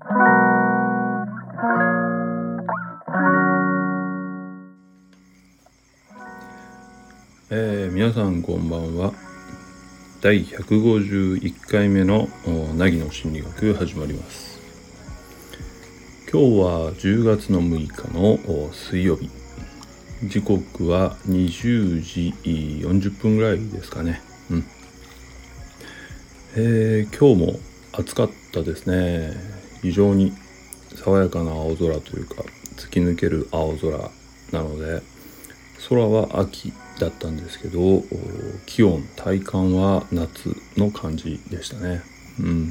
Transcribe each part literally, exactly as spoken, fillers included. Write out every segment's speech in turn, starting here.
えー、皆さんこんばんは。だいひゃくごじゅういっかいめの凪の心理学始まります。今日はじゅうがつのむいかの水曜日、時刻はにじゅうじよんじゅっぷんぐらいですかね。うんえー、今日も暑かったですね。非常に爽やかな青空というか突き抜ける青空なので、空は秋だったんですけど、気温体感は夏の感じでしたね。うん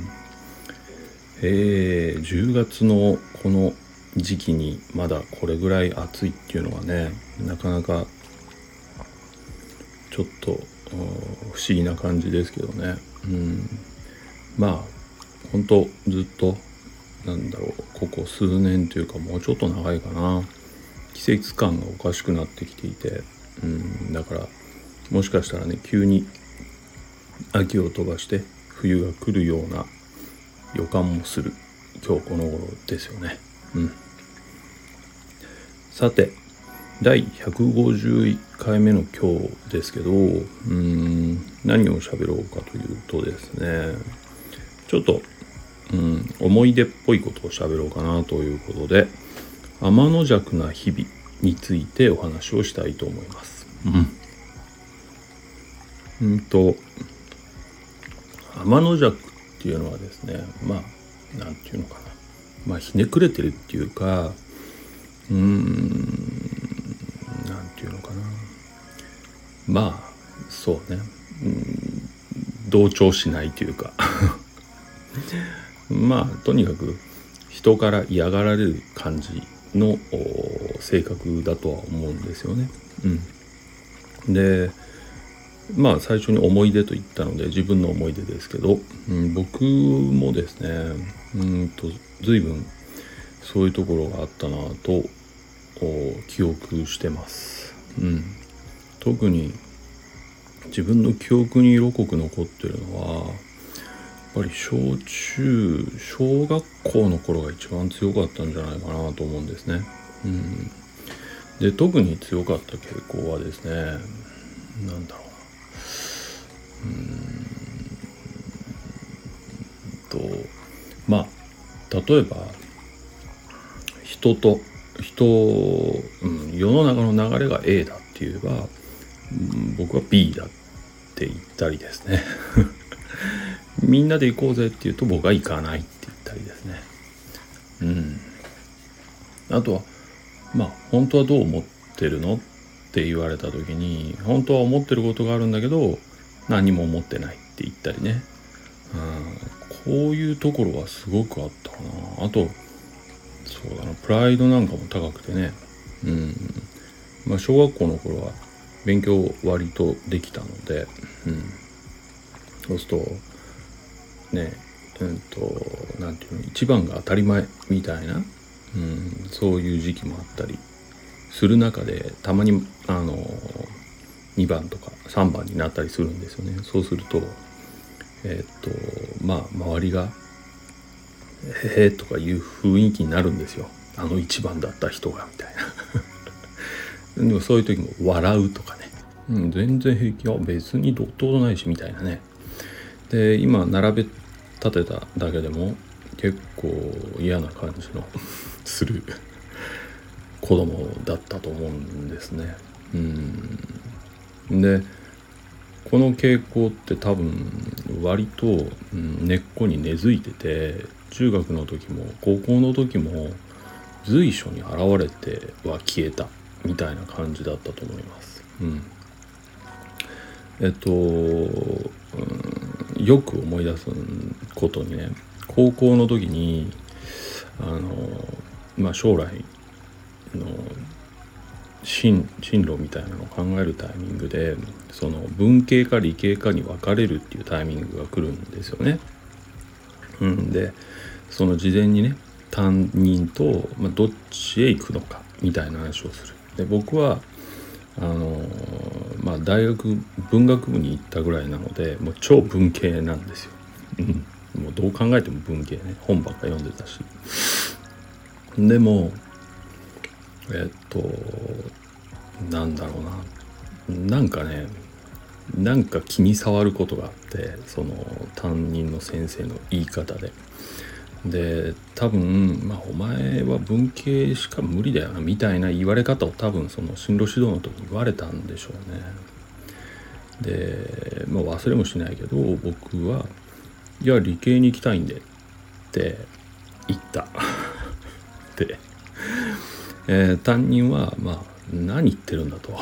えー、じゅうがつのこの時期にまだこれぐらい暑いっていうのはね、なかなかちょっと不思議な感じですけどね。うんまあ本当ずっとなんだろうここ数年というかもうちょっと長いかな、季節感がおかしくなってきていて、うんだからもしかしたらね、急に秋を飛ばして冬が来るような予感もする今日この頃ですよね。うんさてだいひゃくごじゅういっかいめの今日ですけど、うーん何を喋ろうかというとですね、ちょっと、うん、思い出っぽいことを喋ろうかなということで、天の弱な日々についてお話をしたいと思います。うんうんと天の弱っていうのはですね、まあなんていうのかな、まあひねくれてるっていうか、うーんなんていうのかな、まあそうね、うん同調しないというかまあとにかく人から嫌がられる感じの性格だとは思うんですよね。うん、でまあ最初に思い出と言ったので自分の思い出ですけど、うん、僕もですねうんと随分そういうところがあったなと記憶してます。うん、特に自分の記憶に色濃く残ってるのはやっぱり小中小学校の頃が一番強かったんじゃないかなと思うんですね。うん、で特に強かった傾向はですね、なんだろうな、うーんとまあ例えば人と人、うん、世の中の流れが A だって言えば、うん、僕は B だって言ったりですねみんなで行こうぜって言うと僕は行かないって言ったりですね。うんあとはまあ本当はどう思ってるのって言われた時に、本当は思ってることがあるんだけど何も思ってないって言ったりね、うん、こういうところはすごくあったかな。あとそうだな、プライドなんかも高くてね、うんまあ、小学校の頃は勉強割とできたので、うん、そうするとねうんとなんていうの、一番が当たり前みたいな、うん、そういう時期もあったりする中で、たまにあのにばんとかさんばんになったりするんですよね。そうするとえっとまあ周りがへへとかいう雰囲気になるんですよ。あの一番だった人がみたいなでもそういう時も笑うとかね、うん、全然平気、は別にどうともないしみたいなね。で今並べ立てただけでも結構嫌な感じのする子供だったと思うんですね。うんでこの傾向って多分割と、うん、根っこに根付いてて、中学の時も高校の時も随所に現れては消えたみたいな感じだったと思います。うん、えっと、うん、よく思い出すことにね、高校の時にあの、まあ、将来の進, 進路みたいなのを考えるタイミングで、その文系か理系かに分かれるっていうタイミングが来るんですよね。うん、でその事前にね担任と、まあ、どっちへ行くのかみたいな話をする。で僕はあのー、まあ大学文学部に行ったぐらいなのでもう超文系なんですよ。ももうどう考えても文系ね、本ばっか読んでたし。でもえっとなんだろうな、なんかねなんか気に障ることがあって、その担任の先生の言い方でで多分、まあ、お前は文系しか無理だよなみたいな言われ方を多分その進路指導の時に言われたんでしょうね。で、まあ、忘れもしないけど僕はいや理系に行きたいんでって言ったで、えー、担任はまあ何言ってるんだと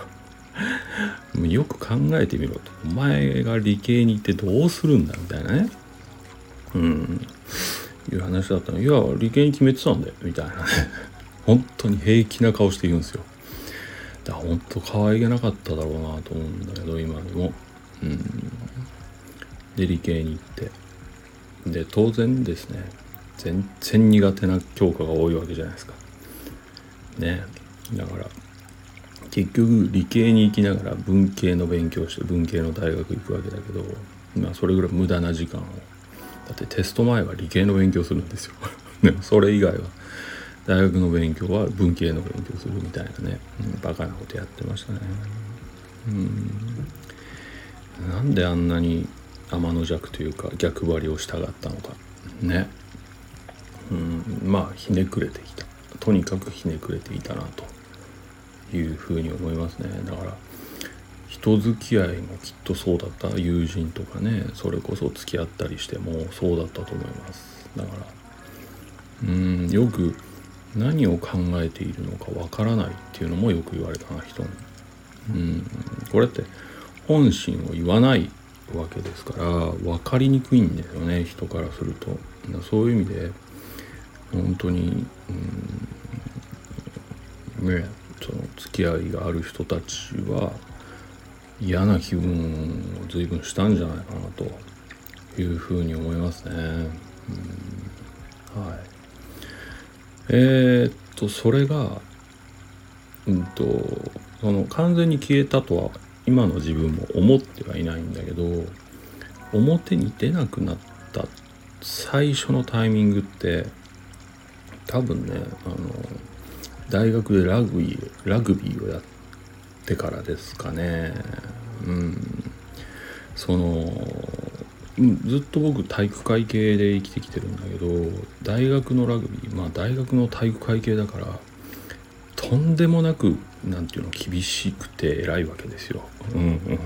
よく考えてみろと、お前が理系に行ってどうするんだみたいなね、うんいう話だったの。いや理系に決めてたんでみたいなね本当に平気な顔して言うんですよ。だから本当可愛げなかっただろうなと思うんだけど今でも、うん、で理系に行ってで当然ですね全然苦手な教科が多いわけじゃないですかね。だから結局理系に行きながら文系の勉強して文系の大学行くわけだけど、まあそれぐらい無駄な時間を、だってテスト前は理系の勉強するんですよでもそれ以外は大学の勉強は文系の勉強するみたいなね、うん、バカなことやってましたね。うんなんであんなに天の弱というか逆張りをしたがったのかね。うんまあひねくれていた、とにかくひねくれていたなというふうに思いますね。だから人付き合いもきっとそうだった、友人とかね、それこそ付き合ったりしてもそうだったと思います。だからうんよく何を考えているのかわからないっていうのもよく言われたな人に。うんこれって本心を言わないわけですから分かりにくいんですよね、人からすると。そういう意味で本当にうんねその付き合いがある人たちは嫌な気分を随分したんじゃないかなというふうに思いますね。うんはいえー、っとそれがうんとその完全に消えたとは今の自分も思ってはいないんだけど、表に出なくなった最初のタイミングって多分ねあの大学でラグビーラグビーをやってからですかね。うんそのずっと僕体育会系で生きてきてるんだけど、大学のラグビーまあ大学の体育会系だからとんでもなくなんていうの厳しくて偉いわけですよ。うんうん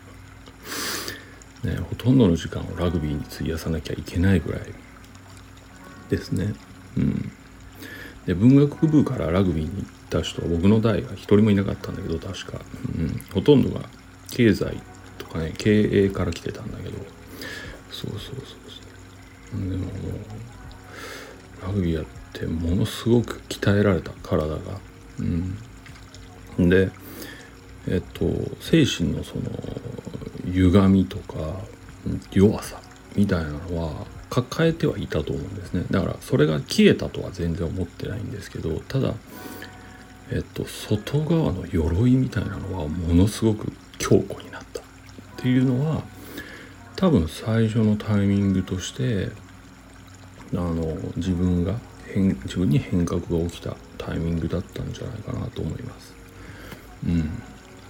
ね、ほとんどの時間をラグビーに費やさなきゃいけないぐらいですね。うんで文学部からラグビーに行った人は僕の代が一人もいなかったんだけど確か、うん、ほとんどが経済とかね経営から来てたんだけど、そうそうそうそうでももうラグビーやってものすごく鍛えられた体が、うん、でえっと精神のその歪みとか弱さみたいなのは抱えてはいたと思うんですね。だからそれが消えたとは全然思ってないんですけど、ただえっと外側の鎧みたいなのはものすごく強固になったっていうのは多分最初のタイミングとしてあの自分が変自分に変革が起きたタイミングだったんじゃないかなと思います。うん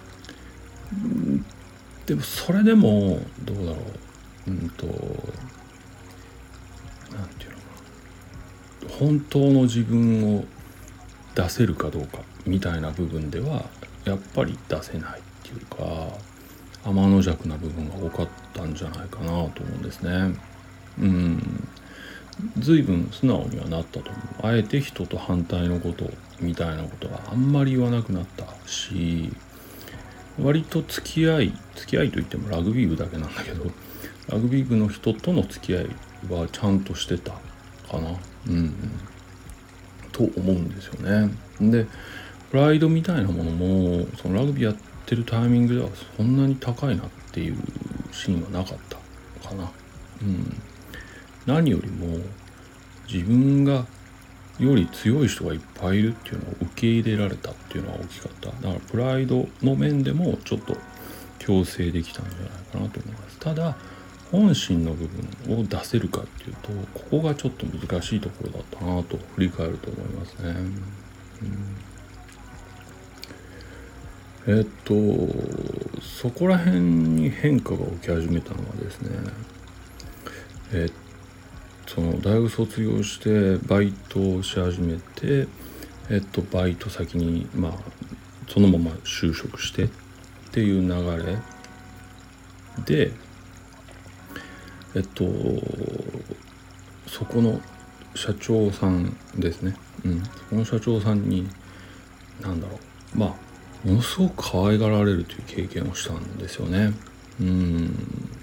でもそれでもどうだろううんとなんていうのかな本当の自分を出せるかどうかみたいな部分ではやっぱり出せないっていうか天の弱な部分が多かったんじゃないかなと思うんですね。うん随分素直にはなったと思う。あえて人と反対のことみたいなことはあんまり言わなくなったし、割と付き合い付き合いといってもラグビー部だけなんだけどラグビー部の人との付き合いはちゃんとしてたかな、うん、うん、と思うんですよね。でプライドみたいなものもそのラグビーやってるタイミングではそんなに高いなっていうシーンはなかったかな、うん、何よりも自分がより強い人がいっぱいいるっていうのを受け入れられたっていうのは大きかった。だからプライドの面でもちょっと強制できたんじゃないかなと思います。ただ本心の部分を出せるかっていうと、ここがちょっと難しいところだったなと振り返ると思いますね。うん、えっとそこら辺に変化が起き始めたのはですね、えその大学卒業してバイトをし始めて、えっとバイト先にまあそのまま就職してっていう流れで、えっとそこの社長さんですね、うん、その社長さんになんだろうまあものすごく可愛がられるという経験をしたんですよね。うん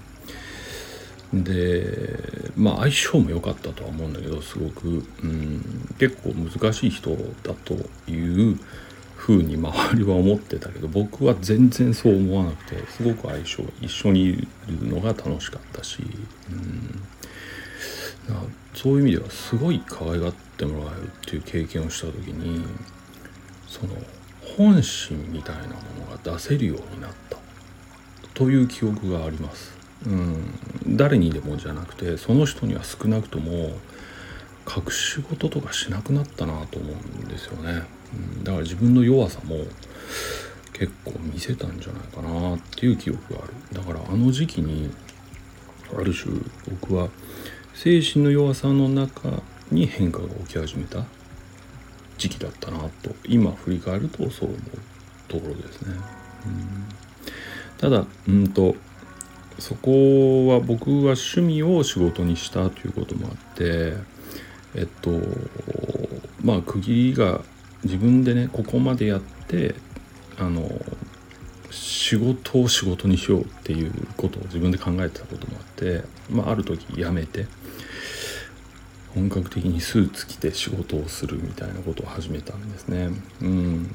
でまあ相性も良かったとは思うんだけど、すごくうん結構難しい人だというふうに周りは思ってたけど、僕は全然そう思わなくて、すごく相性一緒にいるのが楽しかったし、うんそういう意味ではすごい可愛がってもらえるっていう経験をした時に、その本心みたいなものが出せるようになったという記憶があります。うん、誰にでもじゃなくて、その人には少なくとも隠し事とかしなくなったなと思うんですよね。うん、だから自分の弱さも結構見せたんじゃないかなっていう記憶がある。だからあの時期にある種僕は精神の弱さの中に変化が起き始めた時期だったなと今振り返るとそう思うところですね。うん、ただうんとそこは僕は趣味を仕事にしたということもあって、えっとまあ区切りが自分でねここまでやってあの仕事を仕事にしようっていうことを自分で考えてたこともあって、まあ、ある時辞めて本格的にスーツ着て仕事をするみたいなことを始めたんですね。うん、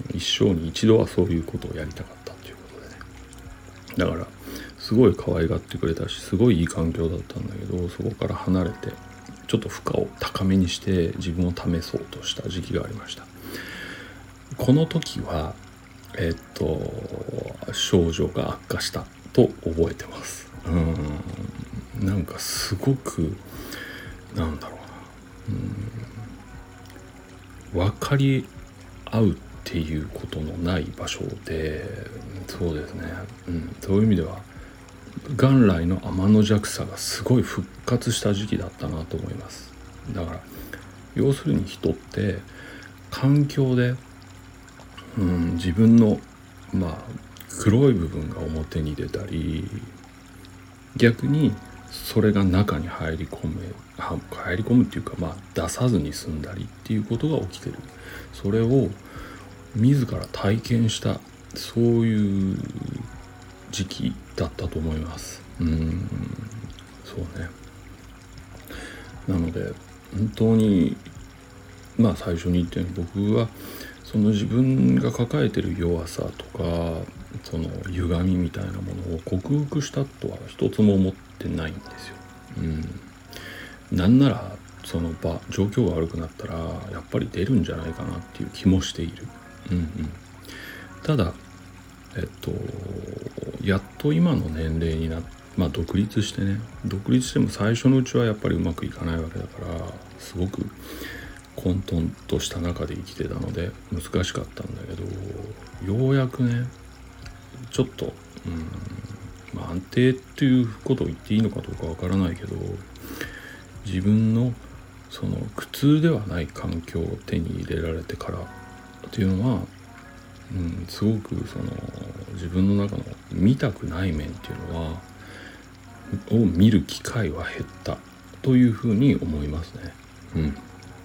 一生に一度はそういうことをやりたかったということでね。だからすごい可愛がってくれたし、すごいいい環境だったんだけど、そこから離れてちょっと負荷を高めにして自分を試そうとした時期がありました。この時はえっと症状が悪化したと覚えてます。うんなんかすごくなんだろうな、うん分かり合うっていうことのない場所で、そうですね、うん、そういう意味では元来の天の弱さがすごい復活した時期だったなと思います。だから要するに人って環境で、うん、自分のまあ黒い部分が表に出たり、逆にそれが中に入り込む入り込むっていうか、まあ出さずに済んだりっていうことが起きてる。それを自ら体験したそういう時期だったと思います。うんそうね。なので本当にまあ最初に言ったように、僕はその自分が抱えてる弱さとかその歪みみたいなものを克服したとは一つも思ってないんですよ。うん、なんならその場状況が悪くなったらやっぱり出るんじゃないかなっていう気もしている。うんうん、ただえっとやっと今の年齢になってまあ独立してね独立しても最初のうちはやっぱりうまくいかないわけだから、すごく混沌とした中で生きてたので難しかったんだけど、ようやくねちょっと、うんまあ、安定っていうことを言っていいのかどうかわからないけど、自分のその苦痛ではない環境を手に入れられてからっていうのは、うん、すごくその自分の中の見たくない面っていうのはを見る機会は減ったというふうに思いますね。うん、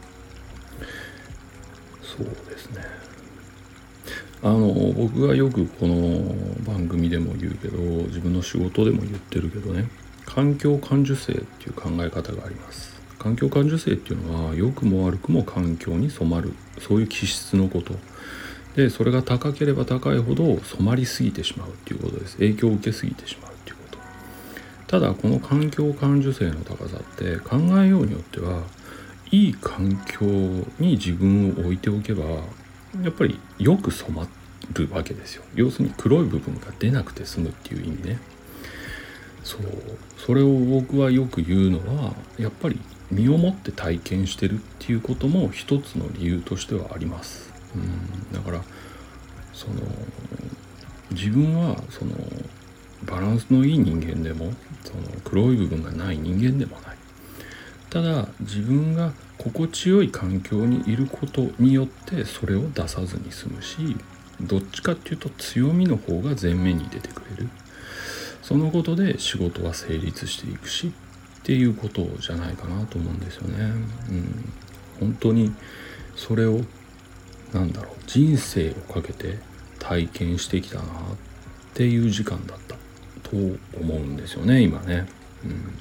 そうですね。あの僕がよくこの番組でも言うけど、自分の仕事でも言ってるけどね、環境感受性っていう考え方があります。環境感受性っていうのは良くも悪くも環境に染まる、そういう気質のことで、それが高ければ高いほど染まりすぎてしまうっていうことです。影響を受けすぎてしまうっていうこと。ただこの環境感受性の高さって考えようによってはいい環境に自分を置いておけばやっぱりよく染まるわけですよ。要するに黒い部分が出なくて済むっていう意味ね。 そうそれを僕はよく言うのは、やっぱり身をもって体験してるっていうことも一つの理由としてはあります。うんだからその自分はそのバランスのいい人間でも、その黒い部分がない人間でもない。ただ自分が心地よい環境にいることによってそれを出さずに済むし、どっちかっていうと強みの方が前面に出てくれる。そのことで仕事は成立していくしっていうことじゃないかなと思うんですよね。うん、本当にそれをなんだろう人生をかけて体験してきたなっていう時間だったと思うんですよね今ね。うん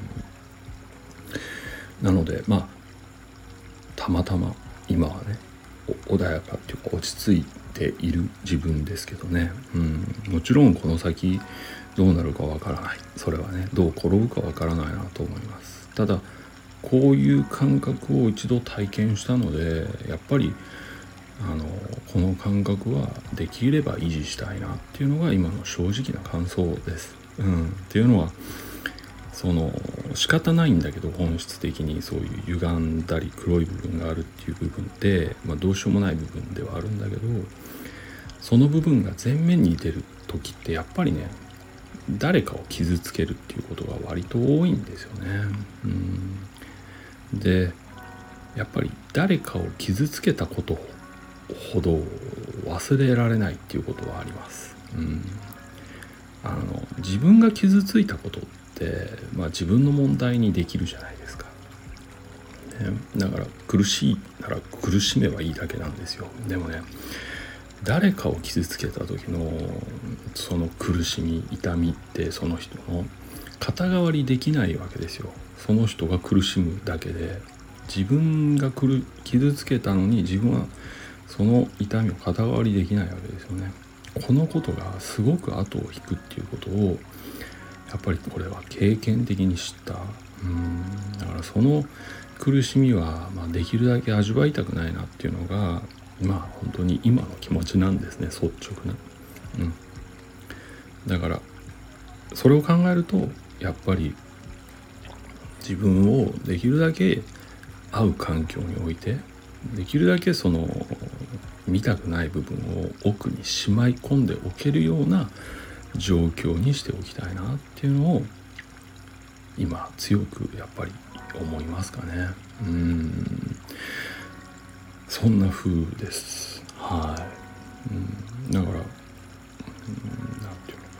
なのでまあたまたま今はね穏やかっていうか落ち着いている自分ですけどね、うん、もちろんこの先どうなるかわからない、それはねどう転ぶかわからないなと思います。ただこういう感覚を一度体験したので、やっぱりあのこの感覚はできれば維持したいなっていうのが今の正直な感想です。うん、っていうのはその仕方ないんだけど、本質的にそういう歪んだり黒い部分があるっていう部分って、まあ、どうしようもない部分ではあるんだけど、その部分が前面に出る時ってやっぱりね誰かを傷つけるっていうことが割と多いんですよね。うんでやっぱり誰かを傷つけたことほど忘れられないっていうことはあります。うんあの自分が傷ついたことって、まあ、自分の問題にできるじゃないですか、ね、だから苦しいなら苦しめばいいだけなんですよ。でもね誰かを傷つけた時のその苦しみ痛みってその人の肩代わりできないわけですよ。その人が苦しむだけで、自分が傷つけたのに自分はその痛みを肩代わりできないわけですよね。このことがすごく後を引くっていうことをやっぱりこれは経験的に知った。うんだからその苦しみは、まあ、できるだけ味わいたくないなっていうのがまあ本当に今の気持ちなんですね、率直な。うんだからそれを考えるとやっぱり自分をできるだけ合う環境において、できるだけその見たくない部分を奥にしまい込んでおけるような状況にしておきたいなっていうのを今強くやっぱり思いますかね。うーんそんな風です。はい、うん、だから、うん、なんていうの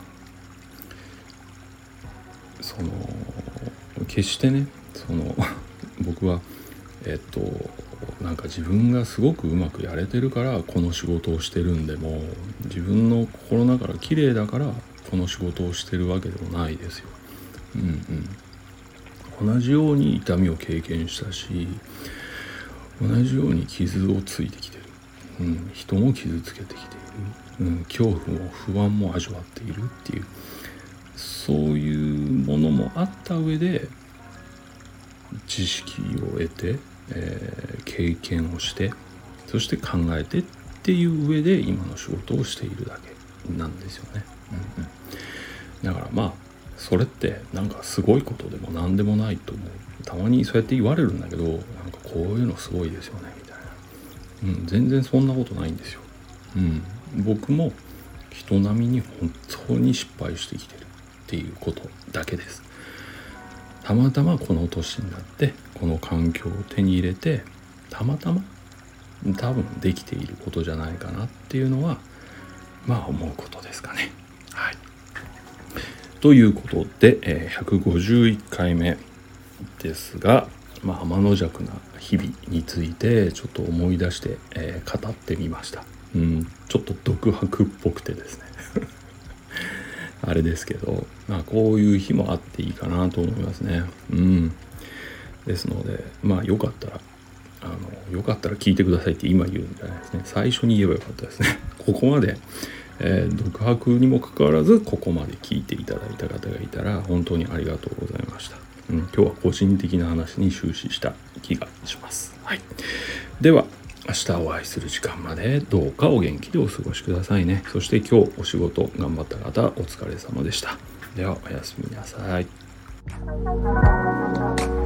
その決してねその僕はえっとなんか自分がすごくうまくやれてるからこの仕事をしてるんでも、自分の心の中が綺麗だからこの仕事をしてるわけでもないですよ。うんうん同じように痛みを経験したし、同じように傷をついてきてる、うん、人も傷つけてきている、うん、恐怖も不安も味わっているっていう、そういうものもあった上で知識を得て、えー、経験をして、そして考えてっていう上で今の仕事をしているだけなんですよね。うんうん、だからまあそれってなんかすごいことでも何でもないと思う。たまにそうやって言われるんだけど、なんかこういうのすごいですよねみたいな、うん、全然そんなことないんですよ。うん、僕も人並みに本当に失敗してきてるっていうことだけです。たまたまこの年になってこの環境を手に入れて、たまたま多分できていることじゃないかなっていうのはまあ思うことですかね。はい。ということで、えー、ひゃくごじゅういっかいめですが、まあ、天の弱な日々についてちょっと思い出して、えー、語ってみました。うん、ちょっと独白っぽくてですねあれですけど、まあこういう日もあっていいかなと思いますね。うん。ですので、まあよかったらあのよかったら聞いてくださいって今言うんじゃないですね。最初に言えばよかったですね。ここまで、えー、独白にもかかわらずここまで聞いていただいた方がいたら本当にありがとうございました。うん、今日は個人的な話に終始した気がします。はい。では。明日お会いする時間までどうかお元気でお過ごしくださいね。そして今日お仕事頑張った方お疲れ様でした。 ではおやすみなさい。